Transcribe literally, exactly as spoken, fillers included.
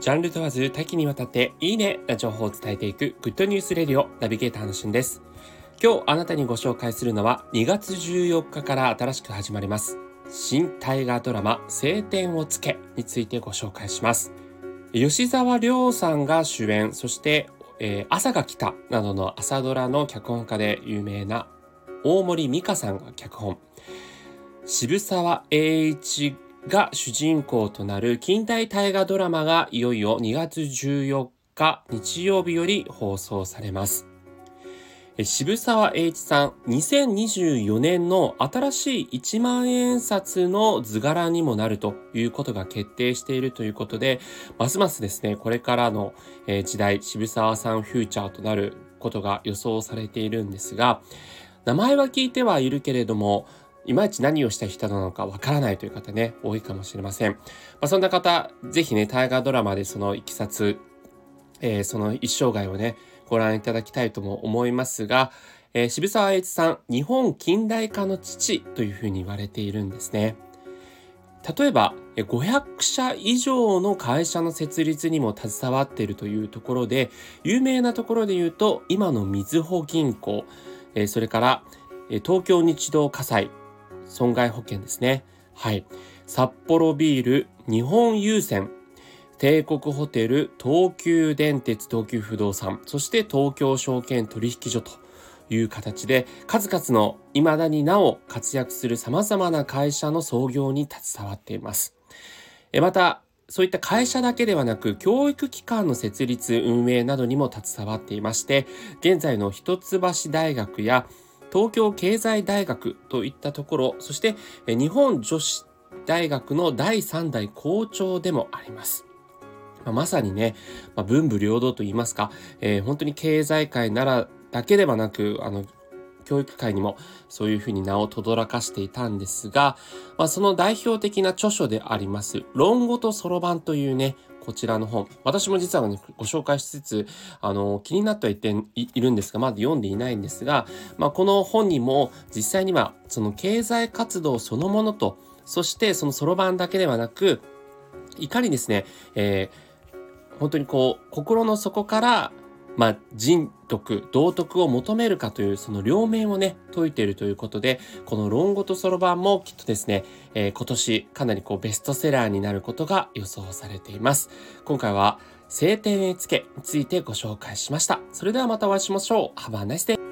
ジャンル問わず多岐にわたっていいねな情報を伝えていくグッドニュースレディオナビゲーターのしゅんです。今日あなたにご紹介するのはにがつじゅうよっかから新しく始まります新大河ドラマ青天を衝けについてご紹介します。吉沢亮さんが主演、そして、えー、朝が来たなどの朝ドラの脚本家で有名な大森美香さんが脚本、渋沢栄一が主人公となる近代大河ドラマがいよいよにがつじゅうよっか日曜日より放送されます。渋沢栄一さん、にせんにじゅうよねんの新しいいちまんえん札の図柄にもなるということが決定しているということで、ますますですね、これからの時代、渋沢さんフューチャーとなることが予想されているんですが、名前は聞いてはいるけれども、いまいち何をした人なのかわからないという方ね、多いかもしれません。まあ、そんな方、ぜひね、大河ドラマでそのいきさつ、えー、その一生涯をね、ご覧いただきたいとも思いますが、えー、渋沢栄一さん、日本近代化の父というふうに言われているんですね。例えば、ごひゃくしゃ以上の会社の設立にも携わっているというところで、有名なところで言うと、今のみずほ銀行、えー、それから東京日動火災、損害保険ですね。はい。札幌ビール、日本郵船、帝国ホテル、東急電鉄、東急不動産、そして東京証券取引所という形で、数々の未だになお活躍する様々な会社の創業に携わっています。また、そういった会社だけではなく、教育機関の設立、運営などにも携わっていまして、現在の一橋大学や東京経済大学といったところ、そして日本女子大学のだいさん代校長でもあります。まあ、まさにね、まあ、文武両道といいますか、えー、本当に経済界ならだけではなく、あの教育界にもそういうふうに名を轟かしていたんですが、まあ、その代表的な著書であります論語とそろばんというね、こちらの本、私も実は、ね、ご紹介しつつあの気になってはいて い, いるんですが、まだ読んでいないんですが、まあ、この本にも実際にはその経済活動そのものと、そしてそのそろばんだけではなく、いかにですね、えー、本当にこう心の底からまあ、人徳、道徳を求めるかというその両面をね、説いているということで、この論語とそろばんもきっとですね、えー、今年かなりこうベストセラーになることが予想されています。今回は青天へ衝けについてご紹介しました。それではまたお会いしましょう。Have a nice day!